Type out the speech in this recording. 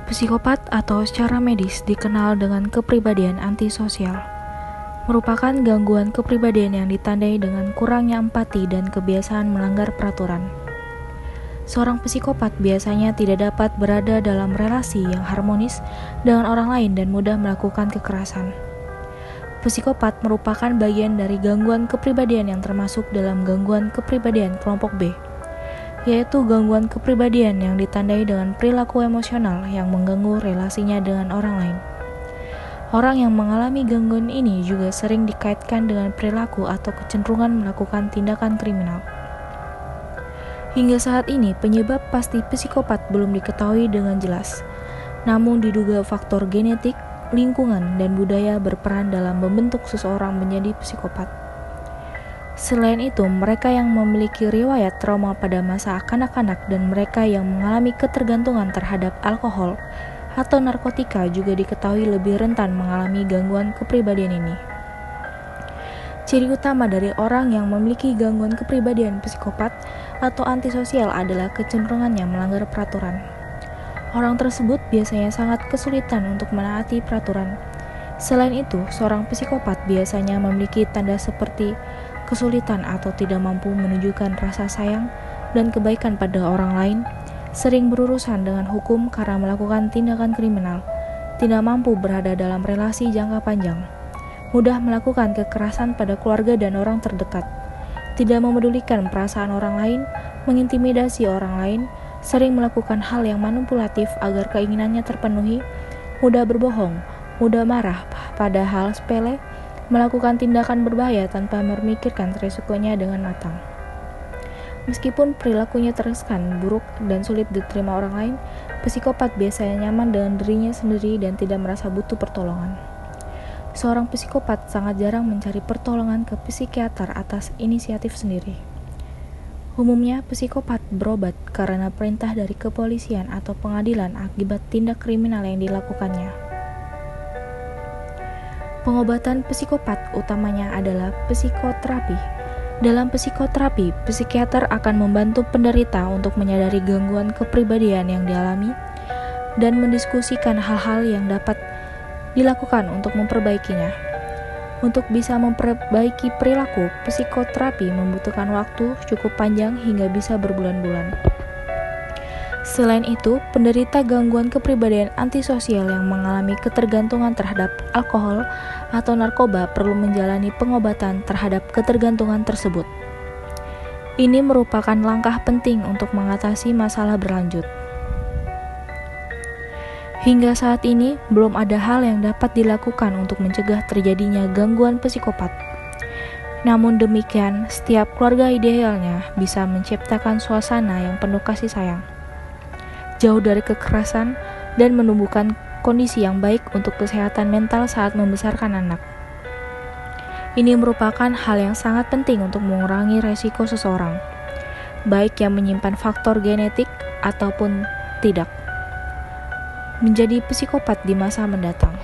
Psikopat atau secara medis dikenal dengan kepribadian antisosial, merupakan gangguan kepribadian yang ditandai dengan kurangnya empati dan kebiasaan melanggar peraturan. Seorang psikopat biasanya tidak dapat berada dalam relasi yang harmonis dengan orang lain dan mudah melakukan kekerasan. Psikopat merupakan bagian dari gangguan kepribadian yang termasuk dalam gangguan kepribadian kelompok B, yaitu gangguan kepribadian yang ditandai dengan perilaku emosional yang mengganggu relasinya dengan orang lain. Orang yang mengalami gangguan ini juga sering dikaitkan dengan perilaku atau kecenderungan melakukan tindakan kriminal. Hingga saat ini, penyebab pasti psikopat belum diketahui dengan jelas, namun diduga faktor genetik, lingkungan, dan budaya berperan dalam membentuk seseorang menjadi psikopat. Selain itu, mereka yang memiliki riwayat trauma pada masa kanak-kanak dan mereka yang mengalami ketergantungan terhadap alkohol atau narkotika juga diketahui lebih rentan mengalami gangguan kepribadian ini. Ciri utama dari orang yang memiliki gangguan kepribadian psikopat atau antisosial adalah kecenderungannya melanggar peraturan. Orang tersebut biasanya sangat kesulitan untuk menaati peraturan. Selain itu, seorang psikopat biasanya memiliki tanda seperti kesulitan atau tidak mampu menunjukkan rasa sayang dan kebaikan pada orang lain, sering berurusan dengan hukum karena melakukan tindakan kriminal, tidak mampu berada dalam relasi jangka panjang, mudah melakukan kekerasan pada keluarga dan orang terdekat, tidak memedulikan perasaan orang lain, mengintimidasi orang lain, sering melakukan hal yang manipulatif agar keinginannya terpenuhi, mudah berbohong, mudah marah pada hal sepele, melakukan tindakan berbahaya tanpa memikirkan risikonya dengan matang. Meskipun perilakunya terkesan buruk dan sulit diterima orang lain, psikopat biasanya nyaman dengan dirinya sendiri dan tidak merasa butuh pertolongan. Seorang psikopat sangat jarang mencari pertolongan ke psikiater atas inisiatif sendiri. Umumnya, psikopat berobat karena perintah dari kepolisian atau pengadilan akibat tindak kriminal yang dilakukannya. Pengobatan psikopat utamanya adalah psikoterapi. Dalam psikoterapi, psikiater akan membantu penderita untuk menyadari gangguan kepribadian yang dialami dan mendiskusikan hal-hal yang dapat dilakukan untuk memperbaikinya. Untuk bisa memperbaiki perilaku, psikoterapi membutuhkan waktu cukup panjang hingga bisa berbulan-bulan. Selain itu, penderita gangguan kepribadian antisosial yang mengalami ketergantungan terhadap alkohol atau narkoba perlu menjalani pengobatan terhadap ketergantungan tersebut. Ini merupakan langkah penting untuk mengatasi masalah berlanjut. Hingga saat ini, belum ada hal yang dapat dilakukan untuk mencegah terjadinya gangguan psikopat. Namun demikian, setiap keluarga idealnya bisa menciptakan suasana yang penuh kasih sayang, jauh dari kekerasan, dan menumbuhkan kondisi yang baik untuk kesehatan mental saat membesarkan anak. Ini merupakan hal yang sangat penting untuk mengurangi resiko seseorang, baik yang menyimpan faktor genetik ataupun tidak, menjadi psikopat di masa mendatang.